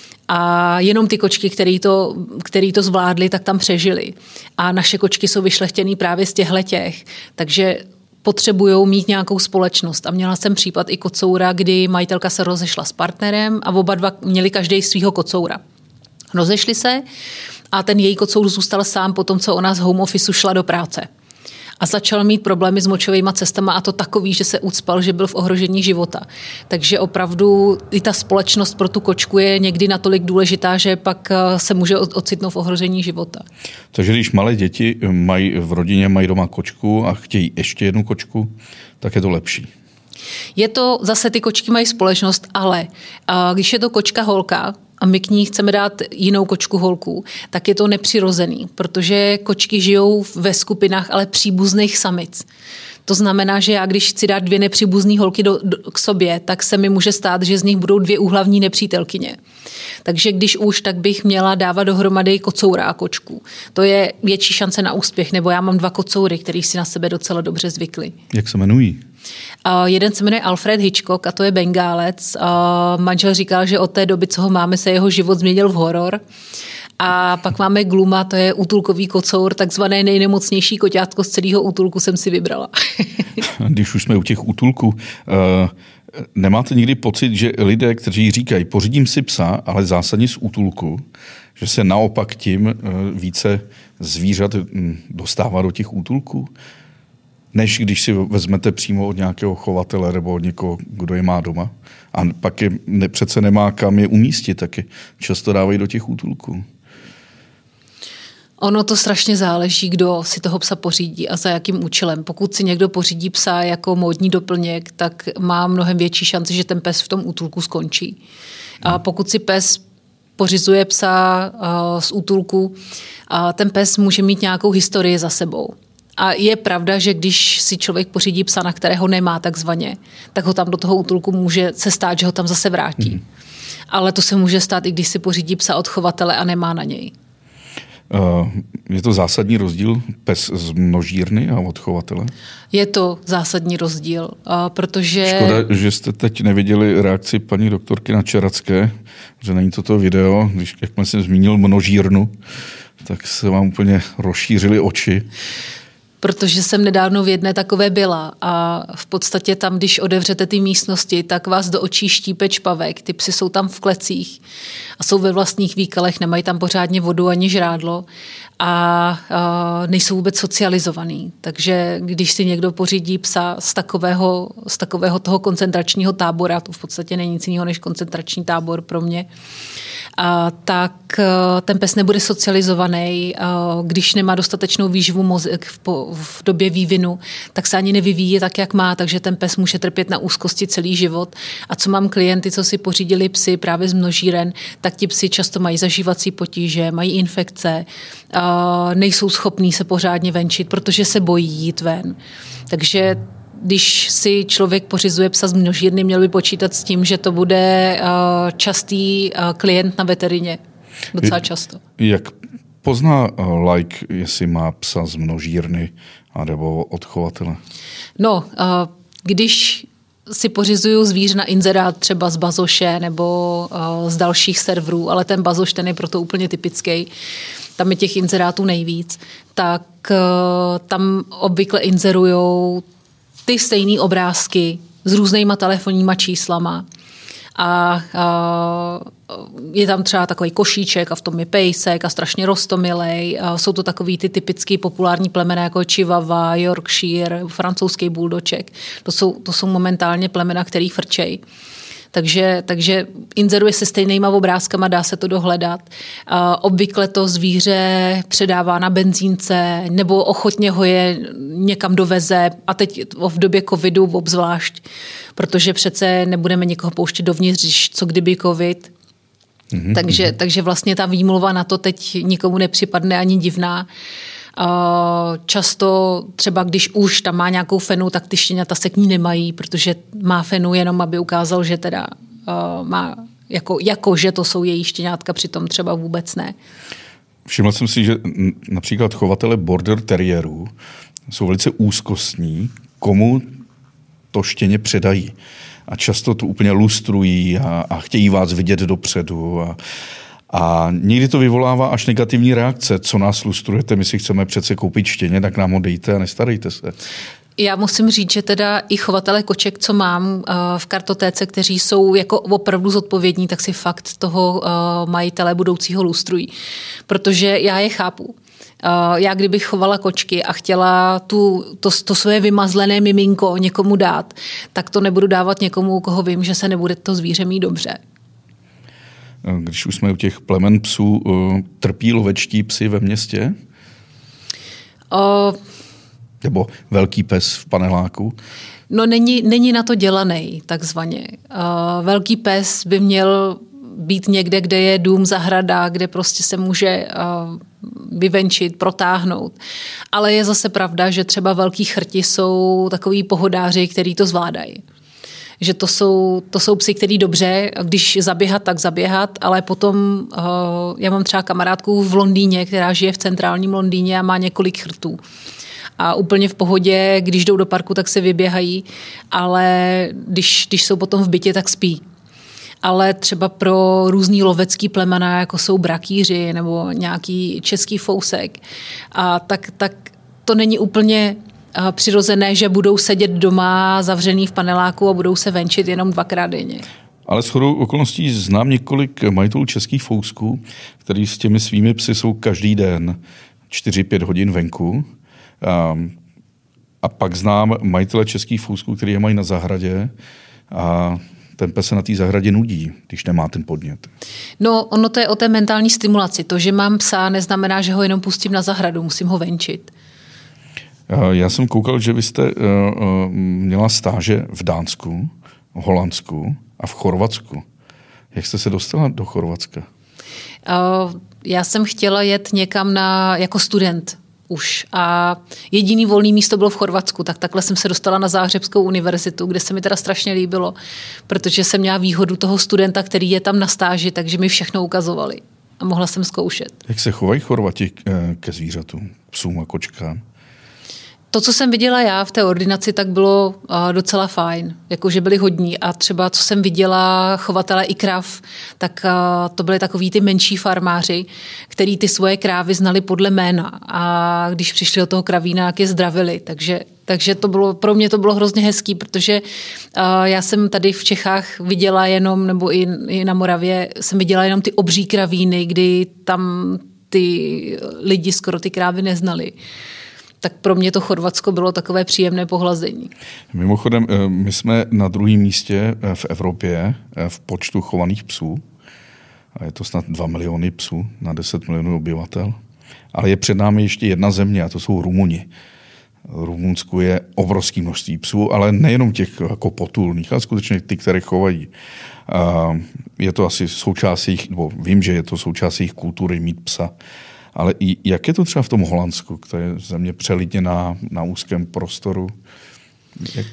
A jenom ty kočky, který to, který to zvládly, tak tam přežily. A naše kočky jsou vyšlechtěný právě z těchhletěch, takže potřebují mít nějakou společnost. A měla jsem případ i kocoura, kdy majitelka se rozešla s partnerem a oba dva měli každý svýho kocoura. Rozešli se a ten její kocour zůstal sám po tom, co ona z home officeu šla do práce. A začal mít problémy s močovýma cestama a to takový, že se ucpal, že byl v ohrožení života. Takže opravdu i ta společnost pro tu kočku je někdy natolik důležitá, že pak se může ocitnout v ohrožení života. Takže když malé děti mají v rodině mají doma kočku a chtějí ještě jednu kočku, tak je to lepší. Je to, zase ty kočky mají společnost, ale když je to kočka holka, a my k ní chceme dát jinou kočku holku, tak je to nepřirozený, protože kočky žijou ve skupinách, ale příbuzných samic. To znamená, že já, když chci dát dvě nepříbuzné holky do, do, k sobě, tak se mi může stát, že z nich budou dvě úhlavní nepřítelkyně. Takže když už, tak bych měla dávat dohromady kocoura a kočku. To je větší šance na úspěch, nebo já mám dva kocoury, který si na sebe docela dobře zvykli. Jak se jmenují? Uh, jeden se jmenuje Alfred Hitchcock a to je Bengálec. Uh, manžel říkal, že od té doby, co ho máme, se jeho život změnil v horor. A pak máme Gluma, to je útulkový kocour, takzvané nejnemocnější koťátko z celého útulku jsem si vybrala. Když už jsme u těch útulků, uh, nemáte nikdy pocit, že lidé, kteří říkají, pořídím si psa, ale zásadně z útulku, že se naopak tím uh, více zvířat dostává do těch útulků? než když si vezmete přímo od nějakého chovatele nebo od někoho, kdo je má doma. A pak je ne, přece nemá kam je umístit, taky často dávají do těch útulků. Ono to strašně záleží, kdo si toho psa pořídí a za jakým účelem. Pokud si někdo pořídí psa jako módní doplněk, tak má mnohem větší šanci, že ten pes v tom útulku skončí. A pokud si pes pořizuje psa z útulku, ten pes může mít nějakou historii za sebou. A je pravda, že když si člověk pořídí psa, na kterého nemá takzvaně, tak ho tam do toho útulku může se stát, že ho tam zase vrátí. Mm. Ale to se může stát, i když si pořídí psa od chovatele a nemá na něj. Je to zásadní rozdíl pes z množírny a od chovatele? Je to zásadní rozdíl, protože... Škoda, že jste teď neviděli reakci paní doktorky Načeracké, že není toto video, když jak jsem zmínil množírnu, tak se vám úplně rozšířily oči. Protože jsem nedávno v jedné takové byla a v podstatě tam, když otevřete ty místnosti, tak vás do očí štípe čpavek. Ty psy jsou tam v klecích a jsou ve vlastních výkalech, nemají tam pořádně vodu ani žrádlo a, a nejsou vůbec socializovaný. Takže když si někdo pořídí psa z takového, z takového toho koncentračního tábora, to v podstatě není nic jiného než koncentrační tábor pro mě, a tak ten pes nebude socializovaný, když nemá dostatečnou výživu mozek v, v době vývinu, tak se ani nevyvíjí tak, jak má, takže ten pes může trpět na úzkosti celý život. A co mám klienty, co si pořídili psy právě z množíren, tak ti psi často mají zažívací potíže, mají infekce, nejsou schopní se pořádně venčit, protože se bojí jít ven. Takže když si člověk pořizuje psa z množírny, měl by počítat s tím, že to bude častý klient na veterině. Docela často. Jak pozná like, jestli má psa z množírny nebo od chovatele? No, když si pořizuju zvíře na inzerát třeba z Bazoše nebo z dalších serverů, ale ten Bazoš, ten je proto úplně typický, tam je těch inzerátů nejvíc, tak tam obvykle inzerujou ty stejné obrázky s různýma telefonníma číslama a, a je tam třeba takový košíček a v tom je pejsek a strašně roztomilej. A jsou to takový ty typický populární plemena jako Chihuahua, Yorkshire, francouzský buldoček. To jsou, to jsou momentálně plemena, který frčej. Takže, takže inzeruje se stejnýma obrázkama, dá se to dohledat. A obvykle to zvíře předává na benzínce nebo ochotně ho je někam doveze a teď v době covidu obzvlášť, protože přece nebudeme někoho pouštět dovnitř, co kdyby covid. Mm-hmm. Takže, takže vlastně ta výmluva na to teď nikomu nepřipadne ani divná. Často třeba, když už tam má nějakou fenu, tak ty štěňata se k ní nemají, protože má fenu jenom, aby ukázal, že teda uh, má, jako, jako že to jsou její štěňátka, přitom třeba vůbec ne. Všiml jsem si, že například chovatele border terriérů jsou velice úzkostní, komu to štěně předají. A často to úplně lustrují a, a chtějí vás vidět dopředu a A někdy to vyvolává až negativní reakce. Co nás lustrujete, my si chceme přece koupit štěně, tak nám ho dejte a nestarejte se. Já musím říct, že teda i chovatele koček, co mám v kartotéce, kteří jsou jako opravdu zodpovědní, tak si fakt toho majitele budoucího lustrují. Protože já je chápu. Já kdybych chovala kočky a chtěla tu, to, to své vymazlené miminko někomu dát, tak to nebudu dávat někomu, koho vím, že se nebude to zvíře mít dobře. Když už jsme u těch plemen psů, trpí lovečtí psy ve městě? O... Nebo velký pes v paneláku? No není, není na to dělaný, takzvaně. O, velký pes by měl být někde, kde je dům, zahrada, kde prostě se může o, vyvenčit, protáhnout. Ale je zase pravda, že třeba velký chrti jsou takový pohodáři, který to zvládají. Že to jsou, to jsou psi, který dobře, když zaběhat, tak zaběhat, ale potom uh, já mám třeba kamarádku v Londýně, která žije v centrálním Londýně a má několik chrtů. A úplně v pohodě, když jdou do parku, tak se vyběhají, ale když, když jsou potom v bytě, tak spí. Ale třeba pro různý lovecký plemena, jako jsou brakýři nebo nějaký český fousek, a tak, tak to není úplně přirozené, že budou sedět doma zavřený v paneláku a budou se venčit jenom dvakrát denně. Ale shodou okolností znám několik majitelů českých fousků, kteří s těmi svými psy jsou každý den čtyři pět hodin venku. A pak znám majitele českých fousků, který je mají na zahradě a ten pes se na té zahradě nudí, když nemá ten podnět. No, ono to je o té mentální stimulaci. To, že mám psa, neznamená, že ho jenom pustím na zahradu, musím ho venčit. Já jsem koukal, že vy jste uh, uh, měla stáže v Dánsku, v Holandsku a v Chorvatsku. Jak jste se dostala do Chorvatska? Uh, já jsem chtěla jet někam na, jako student už a jediný volný místo bylo v Chorvatsku, tak takhle jsem se dostala na Záhřebskou univerzitu, kde se mi teda strašně líbilo, protože jsem měla výhodu toho studenta, který je tam na stáži, takže mi všechno ukazovali a mohla jsem zkoušet. Jak se chovají Chorvati ke zvířatům, psům a kočkám? To, co jsem viděla já v té ordinaci, tak bylo uh, docela fajn. Jakože byli hodní. A třeba, co jsem viděla chovatele i krav, tak uh, to byly takový ty menší farmáři, který ty svoje krávy znali podle jména. A když přišli do toho kravína, jak je zdravili. Takže, takže to bylo, pro mě to bylo hrozně hezký, protože uh, já jsem tady v Čechách viděla jenom, nebo i, i na Moravě, jsem viděla jenom ty obří kravíny, kdy tam ty lidi skoro ty krávy neznali. Tak pro mě to Chorvatsko bylo takové příjemné pohlazení. Mimochodem, my jsme na druhém místě v Evropě v počtu chovaných psů. A je to snad dva miliony psů na deset milionů obyvatel. Ale je před námi ještě jedna země a to jsou Rumuni. V Rumunsku je obrovské množství psů, ale nejenom těch jako potulných, ale skutečně ty, které chovají. Je to asi součást jejich, nebo vím, že je to součást jejich kultury mít psa. Ale i jak je to třeba v tom Holandsku, která je země přelidněná na úzkém prostoru? Jak...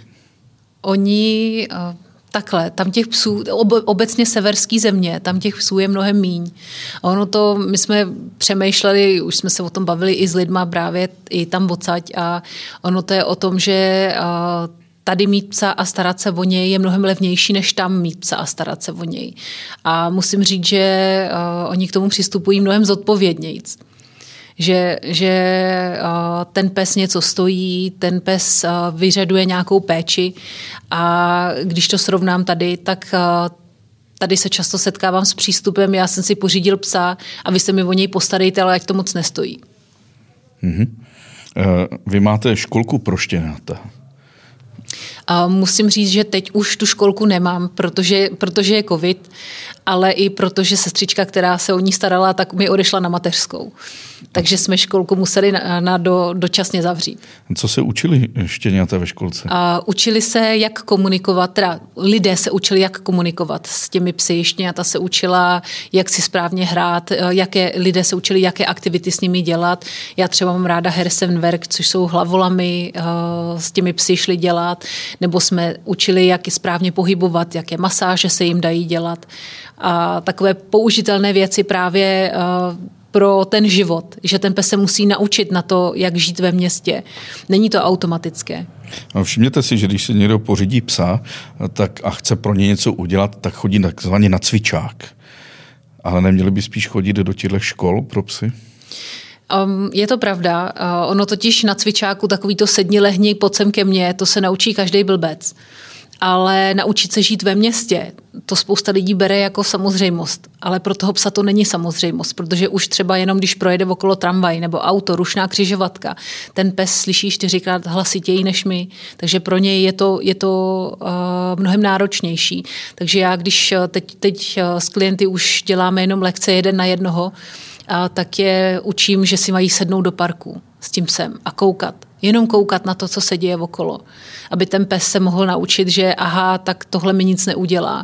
Oni takhle, tam těch psů, obecně severský země, tam těch psů je mnohem míň. A ono to, my jsme přemýšleli, už jsme se o tom bavili i s lidma právě i tam odsaď a ono to je o tom, že tady mít psa a starat se o něj je mnohem levnější, než tam mít psa a starat se o něj. A musím říct, že uh, oni k tomu přistupují mnohem zodpovědnějc. Že, že uh, ten pes něco stojí, ten pes uh, vyžaduje nějakou péči a když to srovnám tady, tak uh, tady se často setkávám s přístupem, já jsem si pořídil psa a vy se mi o něj postarejte, ale ať to moc nestojí. Mm-hmm. Uh, vy máte školku pro štěňata. A musím říct, že teď už tu školku nemám, protože, protože je covid, ale i protože sestřička, která se o ní starala, tak mi odešla na mateřskou. Takže jsme školku museli na, na do, dočasně zavřít. Co se učili štěňata ve školce? A učili se, jak komunikovat, teda lidé se učili, jak komunikovat s těmi psy. Štěňata se učila, jak si správně hrát, jaké, lidé se učili, jaké aktivity s nimi dělat. Já třeba mám ráda Hersenwerk, což jsou hlavolamy, s těmi psy šli dělat, nebo jsme učili, jak je správně pohybovat, jaké masáže se jim dají dělat. A takové použitelné věci právě pro ten život, že ten pes se musí naučit na to, jak žít ve městě. Není to automatické. No, všimněte si, že když si někdo pořídí psa tak a chce pro ně něco udělat, tak chodí takzvaně na cvičák. Ale neměli by spíš chodit do těchto škol pro psy? Um, je to pravda. Uh, ono totiž na cvičáku takový to sedni, lehni, pojď sem ke mně, to se naučí každý blbec. Ale naučit se žít ve městě, to spousta lidí bere jako samozřejmost. Ale pro toho psa to není samozřejmost, protože už třeba jenom, když projede okolo tramvaj nebo auto, rušná křižovatka, ten pes slyší čtyřikrát hlasitěji než my, takže pro něj je to, je to uh, mnohem náročnější. Takže já, když teď, teď s klienty už děláme jenom lekce jeden na jednoho, a tak je učím, že si mají sednout do parku s tím psem a koukat. Jenom koukat na to, co se děje okolo. Aby ten pes se mohl naučit, že aha, tak tohle mi nic neudělá.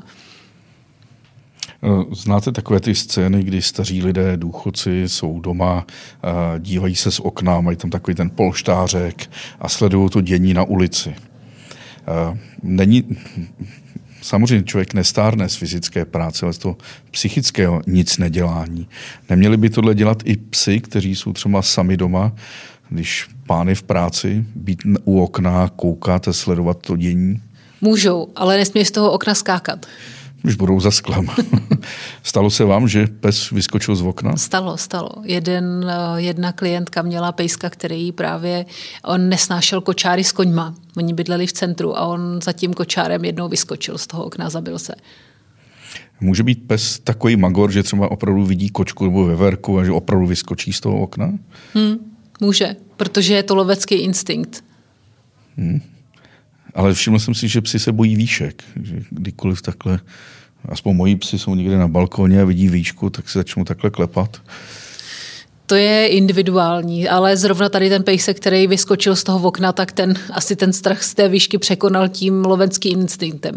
Znáte takové ty scény, kdy staří lidé, důchodci jsou doma, dívají se z okna, mají tam takový ten polštářek a sledují to dění na ulici. Není... Samozřejmě člověk nestárne z fyzické práce, ale z toho psychického nic nedělání. Neměli by tohle dělat i psi, kteří jsou třeba sami doma, když pán je v práci, být u okna, koukat a sledovat to dění? Můžou, ale nesmějí z toho okna skákat. Už budou za sklem. Stalo se vám, že pes vyskočil z okna? Stalo, stalo. Jeden, jedna klientka měla pejska, který právě, on nesnášel kočáry s koňma. Oni bydleli v centru a on za tím kočárem jednou vyskočil z toho okna, zabil se. Může být pes takový magor, že třeba opravdu vidí kočku nebo veverku a že opravdu vyskočí z toho okna? Hmm, může, protože je to lovecký instinkt. Hmm. Ale všiml jsem si, že psi se bojí výšek. Že kdykoliv takhle, aspoň moji psi jsou někde na balkóně a vidí výšku, tak se začnou takhle klepat. To je individuální, ale zrovna tady ten pejsek, který vyskočil z toho okna, tak ten asi ten strach z té výšky překonal tím lovenským instinktem.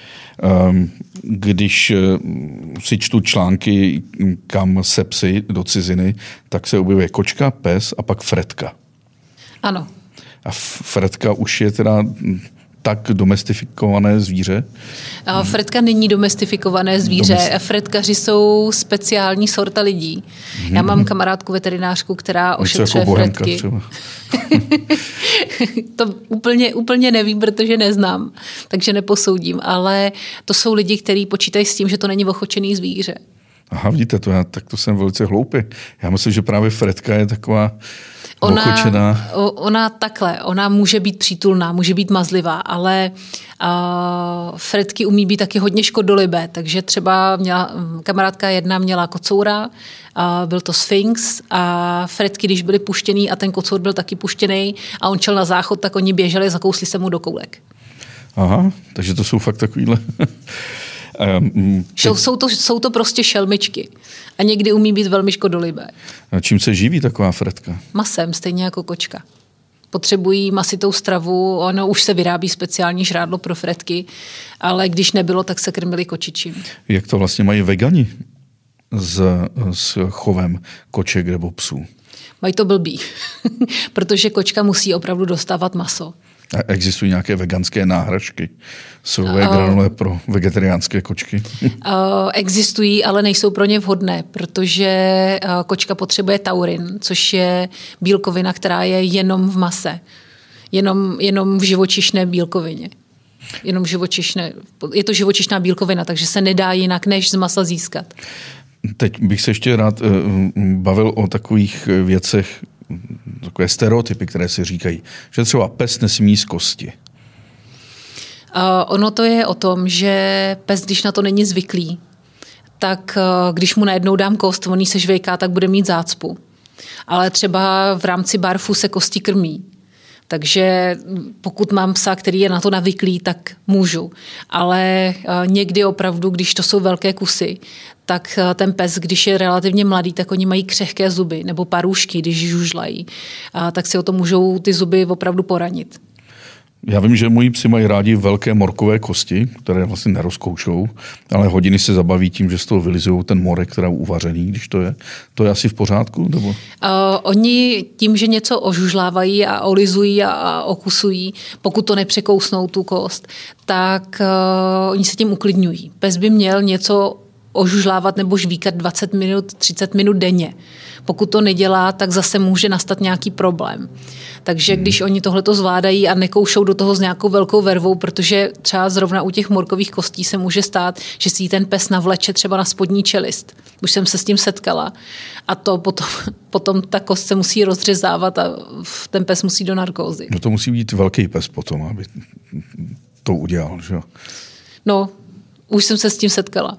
Když si čtu články, kam se psy do ciziny, tak se objevuje kočka, pes a pak Fredka. Ano. A Fredka už je teda tak domestifikované zvíře? A Fredka není domestifikované zvíře. Domest... Fredkaři jsou speciální sorta lidí. Hmm. Já mám kamarádku veterinářku, která ošetřuje jako Fredky. To úplně, úplně nevím, protože neznám, takže neposoudím, ale to jsou lidi, kteří počítají s tím, že to není ochočený zvíře. Aha, vidíte, to já, tak to jsem velice hloupý. Já myslím, že právě Fredka je taková Ona, ona takhle, ona může být přítulná, může být mazlivá, ale uh, Fredky umí být taky hodně škodolibé, takže třeba měla, kamarádka jedna měla kocoura, uh, byl to Sphinx a Fredky, když byly puštěný a ten kocour byl taky puštěný a on šel na záchod, tak oni běželi, zakousli se mu do koulek. Aha, takže to jsou fakt takovýhle... Um, teď... jsou, to, jsou to prostě šelmičky a někdy umí být velmi škodolibé. A čím se živí taková Fredka? Masem, stejně jako kočka. Potřebují masitou stravu, ono už se vyrábí speciální žrádlo pro Fredky, ale když nebylo, tak se krmili kočičím. Jak to vlastně mají vegani s, s chovem koček nebo psů? Mají to blbý, protože kočka musí opravdu dostávat maso. A existují nějaké veganské náhražky? Surové uh, granule pro vegetariánské kočky? Uh, existují, ale nejsou pro ně vhodné, protože uh, kočka potřebuje taurin, což je bílkovina, která je jenom v mase. Jenom, jenom v živočišné bílkovině. Jenom živočišné, je to živočišná bílkovina, takže se nedá jinak, než z masa získat. Teď bych se ještě rád uh, bavil o takových věcech, takové stereotypy, které si říkají, že třeba pes nesmí z kosti. Uh, ono to je o tom, že pes, když na to není zvyklý, tak uh, když mu najednou dám kost, on jí se žvejká, tak bude mít zácpu. Ale třeba v rámci barfu se kosti krmí. Takže pokud mám psa, který je na to navyklý, tak můžu. Ale uh, někdy opravdu, když to jsou velké kusy, tak uh, ten pes, když je relativně mladý, tak oni mají křehké zuby nebo parůžky, když žužlají. Uh, tak si o to můžou ty zuby opravdu poranit. Já vím, že moji psi mají rádi velké morkové kosti, které vlastně nerozkoušou, ale hodiny se zabaví tím, že z toho vylizují ten morek, který je uvařený, když to je. To je asi v pořádku? Nebo? Uh, oni tím, že něco ožužlávají a olizují a, a okusují, pokud to nepřekousnou tu kost, tak uh, oni se tím uklidňují. Pes by měl něco ožužlávat nebo žvíkat dvacet minut, třicet minut denně. Pokud to nedělá, tak zase může nastat nějaký problém. Takže když oni tohleto zvládají a nekoušou do toho s nějakou velkou vervou, protože třeba zrovna u těch morkových kostí se může stát, že si ten pes navleče třeba na spodní čelist. Už jsem se s tím setkala. A to potom, potom ta kost se musí rozřezávat a ten pes musí do narkózy. No to musí být velký pes potom, aby to udělal, že jo? No, už jsem se s tím setkala.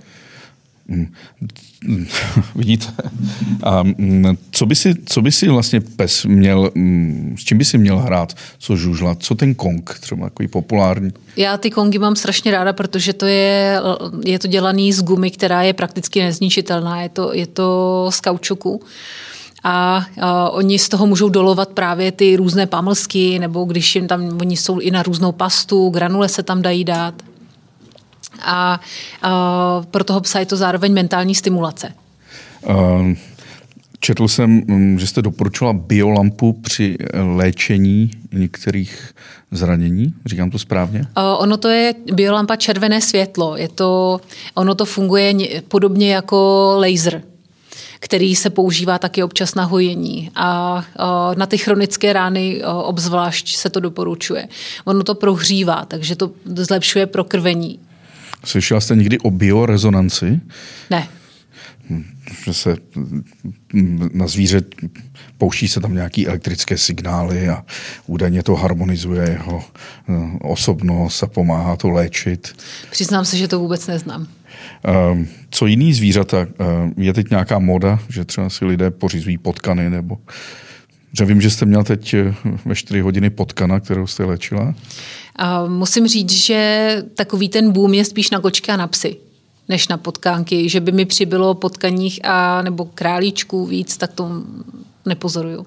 Vidíte. A co by si, co by si vlastně pes měl, s čím by si měl hrát, co žužlat, co ten kong, třeba takový populární? Já ty kongy mám strašně ráda, protože to je, je to dělaný z gumy, která je prakticky nezničitelná, je to, je to z kaučuku. A, a oni z toho můžou dolovat právě ty různé pamlsky, nebo když jim tam, oni jsou i na různou pastu, granule se tam dají dát. A, a pro toho psa je to zároveň mentální stimulace. Uh, četl jsem, že jste doporučila biolampu při léčení některých zranění. Říkám to správně? Uh, ono to je biolampa červené světlo. Je to, ono to funguje podobně jako laser, který se používá taky občas na hojení. A uh, na ty chronické rány uh, obzvlášť se to doporučuje. Ono to prohřívá, takže to zlepšuje prokrvení. Slyšela jste někdy o biorezonanci? Ne. Že se na zvíře pouští se tam nějaké elektrické signály a údajně to harmonizuje jeho osobnost a pomáhá to léčit. Přiznám se, že to vůbec neznám. Co jiný zvířata? Je teď nějaká moda, že třeba si lidé pořizují potkany nebo Já vím, že jste měla teď ve čtyři hodiny potkana, kterou jste léčila. A musím říct, že takový ten boom je spíš na kočky a na psy, než na potkánky. Že by mi přibylo potkaních a nebo králíčků víc, tak to nepozoruju.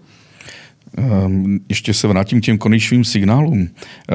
Ještě se vrátím k těm konečným signálům.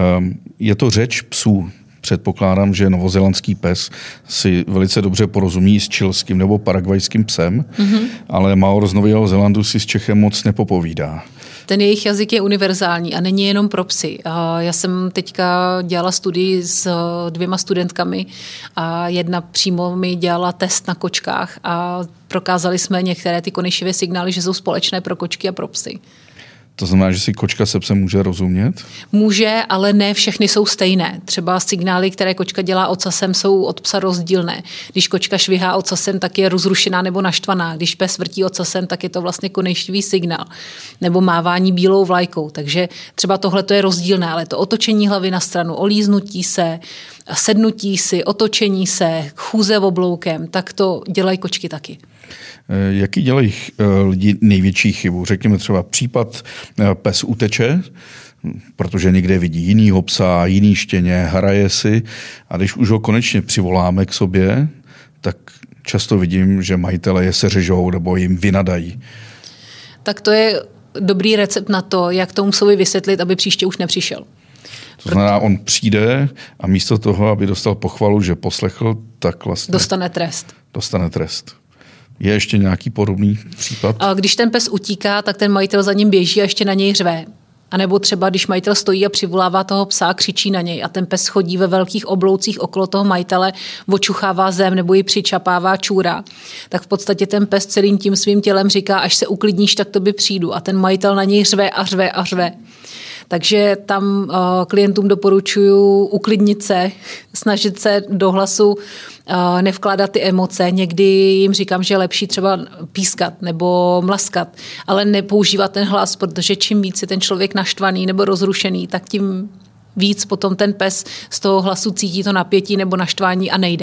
Je to řeč psů. Předpokládám, že novozélandský pes si velice dobře porozumí s chilským nebo paragvajským psem, mm-hmm. ale Maor z Nového Zélandu si s Čechem moc nepopovídá. Ten jejich jazyk je univerzální a není jenom pro psy. Já jsem teďka dělala studii s dvěma studentkami a jedna přímo mi dělala test na kočkách a prokázali jsme některé ty konejšivé signály, že jsou společné pro kočky a pro psy. To znamená, že si kočka se psem může rozumět? Může, ale ne všechny jsou stejné. Třeba signály, které kočka dělá ocasem, jsou od psa rozdílné. Když kočka švihá ocasem, tak je rozrušená nebo naštvaná. Když pes vrtí ocasem, tak je to vlastně konejštivý signál. Nebo mávání bílou vlajkou. Takže třeba tohle je rozdílné, ale to otočení hlavy na stranu, olíznutí se, sednutí si, otočení se, chůze obloukem, tak to dělají kočky taky. Jaký dělají lidi největší chybu? Řekněme třeba případ pes uteče, protože někde vidí jinýho psa, jiný štěně, hraje si a když už ho konečně přivoláme k sobě, tak často vidím, že majitelé je seřežou nebo jim vynadají. Tak to je dobrý recept na to, jak tomu psovi vysvětlit, aby příště už nepřišel. To znamená, on přijde a místo toho, aby dostal pochvalu, že poslechl, tak vlastně... Dostane trest. Dostane trest. Je ještě nějaký podobný případ? A když ten pes utíká, tak ten majitel za ním běží a ještě na něj řve. A nebo třeba, když majitel stojí a přivolává toho psa, křičí na něj a ten pes chodí ve velkých obloucích okolo toho majitele, očuchává zem nebo ji přičapává, čůra, tak v podstatě ten pes celým tím svým tělem říká, až se uklidníš, tak tobě přijdu. A ten majitel na něj řve a řve a řve. Takže tam uh, klientům doporučuji uklidnit se, snažit se do hlasu uh, nevkládat ty emoce. Někdy jim říkám, že je lepší třeba pískat nebo mlaskat, ale nepoužívat ten hlas, protože čím víc je ten člověk naštvaný nebo rozrušený, tak tím víc potom ten pes z toho hlasu cítí to napětí nebo naštvání a nejde.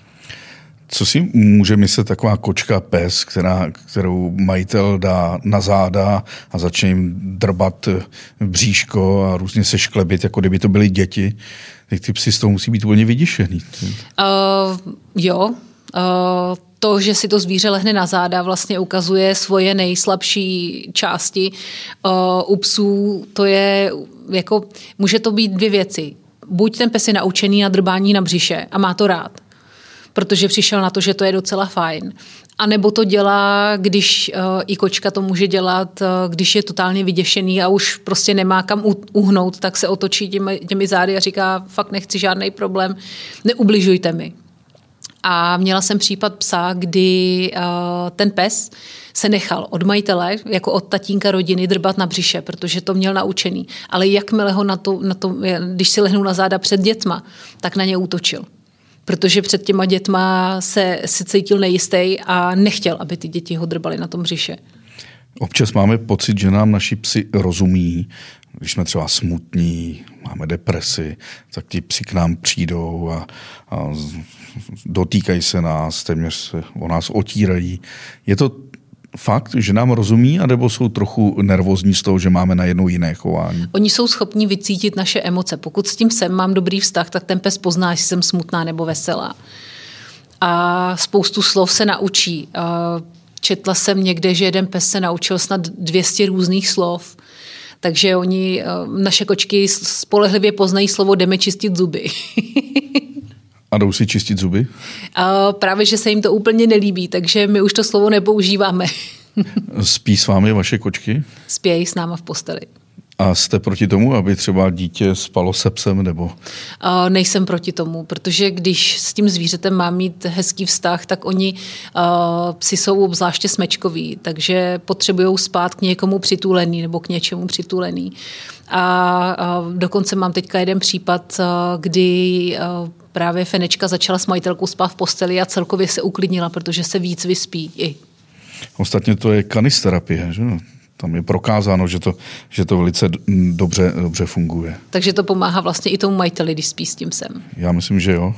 Co si může myslet taková kočka, pes, která, kterou majitel dá na záda a začne jim drbat bříško a různě se šklebit, jako kdyby to byly děti? Tak ty psi z toho musí být úplně vyděšený. Uh, jo. Uh, to, že si to zvíře lehne na záda, vlastně ukazuje svoje nejslabší části. Uh, u psů to je, jako, může to být dvě věci. Buď ten pes je naučený na drbání na břiše a má to rád, protože přišel na to, že to je docela fajn. A nebo to dělá, když uh, i kočka to může dělat, uh, když je totálně vyděšený a už prostě nemá kam uhnout, tak se otočí těmi, těmi zády a říká, fakt nechci žádný problém, neubližujte mi. A měla jsem případ psa, kdy uh, ten pes se nechal od majitele, jako od tatínka rodiny, drbat na břiše, protože to měl naučený. Ale jakmile ho na to, na to když si lehnul na záda před dětma, tak na ně útočil. Protože před těma dětma se, se cítil nejistý a nechtěl, aby ty děti ho drbaly na tom břiše. Občas máme pocit, že nám naši psi rozumí. Když jsme třeba smutní, máme depresi, tak ti psi k nám přijdou a, a dotýkají se nás, téměř se o nás otírají. Je to fakt, že nám rozumí, anebo jsou trochu nervózní z toho, že máme najednou jiné chování? Oni jsou schopni vycítit naše emoce. Pokud s tím psem mám dobrý vztah, tak ten pes pozná, jestli jsem smutná nebo veselá. A spoustu slov se naučí. Četla jsem někde, že jeden pes se naučil snad dvě stě různých slov. Takže oni, naše kočky spolehlivě poznají slovo jdeme čistit zuby. A jdou si čistit zuby? A právě, že se jim to úplně nelíbí, takže my už to slovo nepoužíváme. Spí s vámi vaše kočky? Spějí s náma v posteli. A jste proti tomu, aby třeba dítě spalo se psem? Nebo? A nejsem proti tomu, protože když s tím zvířetem má mít hezký vztah, tak oni a, psi jsou obzvláště smečkoví, takže potřebují spát k někomu přitulený nebo k něčemu přitulený. A, a dokonce mám teďka jeden případ, a, kdy a, právě Fenečka začala s majitelkou spát v posteli a celkově se uklidnila, protože se víc vyspí. I. Ostatně to je kanisterapie, že no? Tam je prokázáno, že to, že to velice dobře, dobře funguje. Takže to pomáhá vlastně i tomu majiteli, když spí s tím psem. Já myslím, že jo.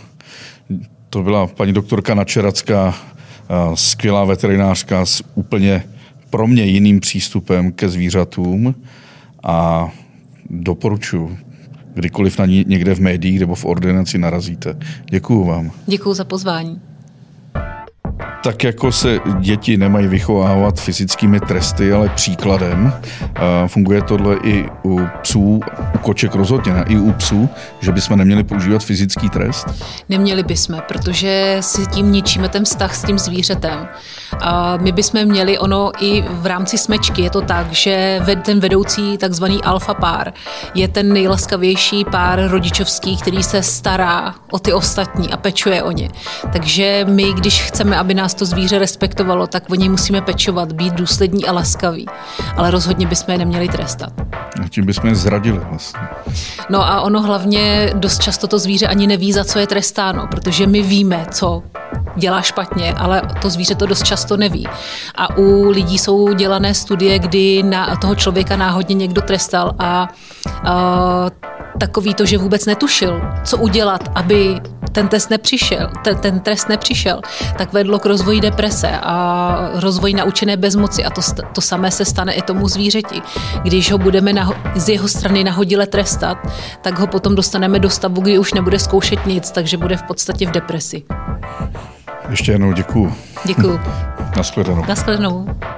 To byla paní doktorka Načeracká, skvělá veterinářka s úplně pro mě jiným přístupem ke zvířatům a doporučuji, kdykoliv na ní někde v médiích nebo v ordinaci narazíte. Děkuju vám. Děkuju za pozvání. Tak jako se děti nemají vychovávat fyzickými tresty, ale příkladem, funguje tohle i u psů, u koček rozhodně, ne? I u psů, že bychom neměli používat fyzický trest? Neměli bychom, protože si tím ničíme ten vztah s tím zvířetem. A my bychom měli ono i v rámci smečky, je to tak, že ten vedoucí takzvaný alfa pár je ten nejlaskavější pár rodičovský, který se stará o ty ostatní a pečuje o ně. Takže my, když chceme, aby nás to zvíře respektovalo, tak o něj musíme pečovat, být důslední a laskaví. Ale rozhodně bychom je neměli trestat. A tím bychom je zradili vlastně. No a ono hlavně dost často to zvíře ani neví, za co je trestáno, protože my víme, co dělá špatně, ale to zvíře to dost často neví. A u lidí jsou dělané studie, kdy na toho člověka náhodně někdo trestal a, a takový to, že vůbec netušil, co udělat, aby ten test nepřišel, ten, ten trest nepřišel, tak vedlo k rozvoji deprese a rozvoji naučené bezmoci a to, to samé se stane i tomu zvířeti. Když ho budeme naho- z jeho strany nahodile trestat, tak ho potom dostaneme do stavu, kdy už nebude zkoušet nic, takže bude v podstatě v depresi. Ještě jednou děkuju. Děkuju. Naschledanou. Naschledanou.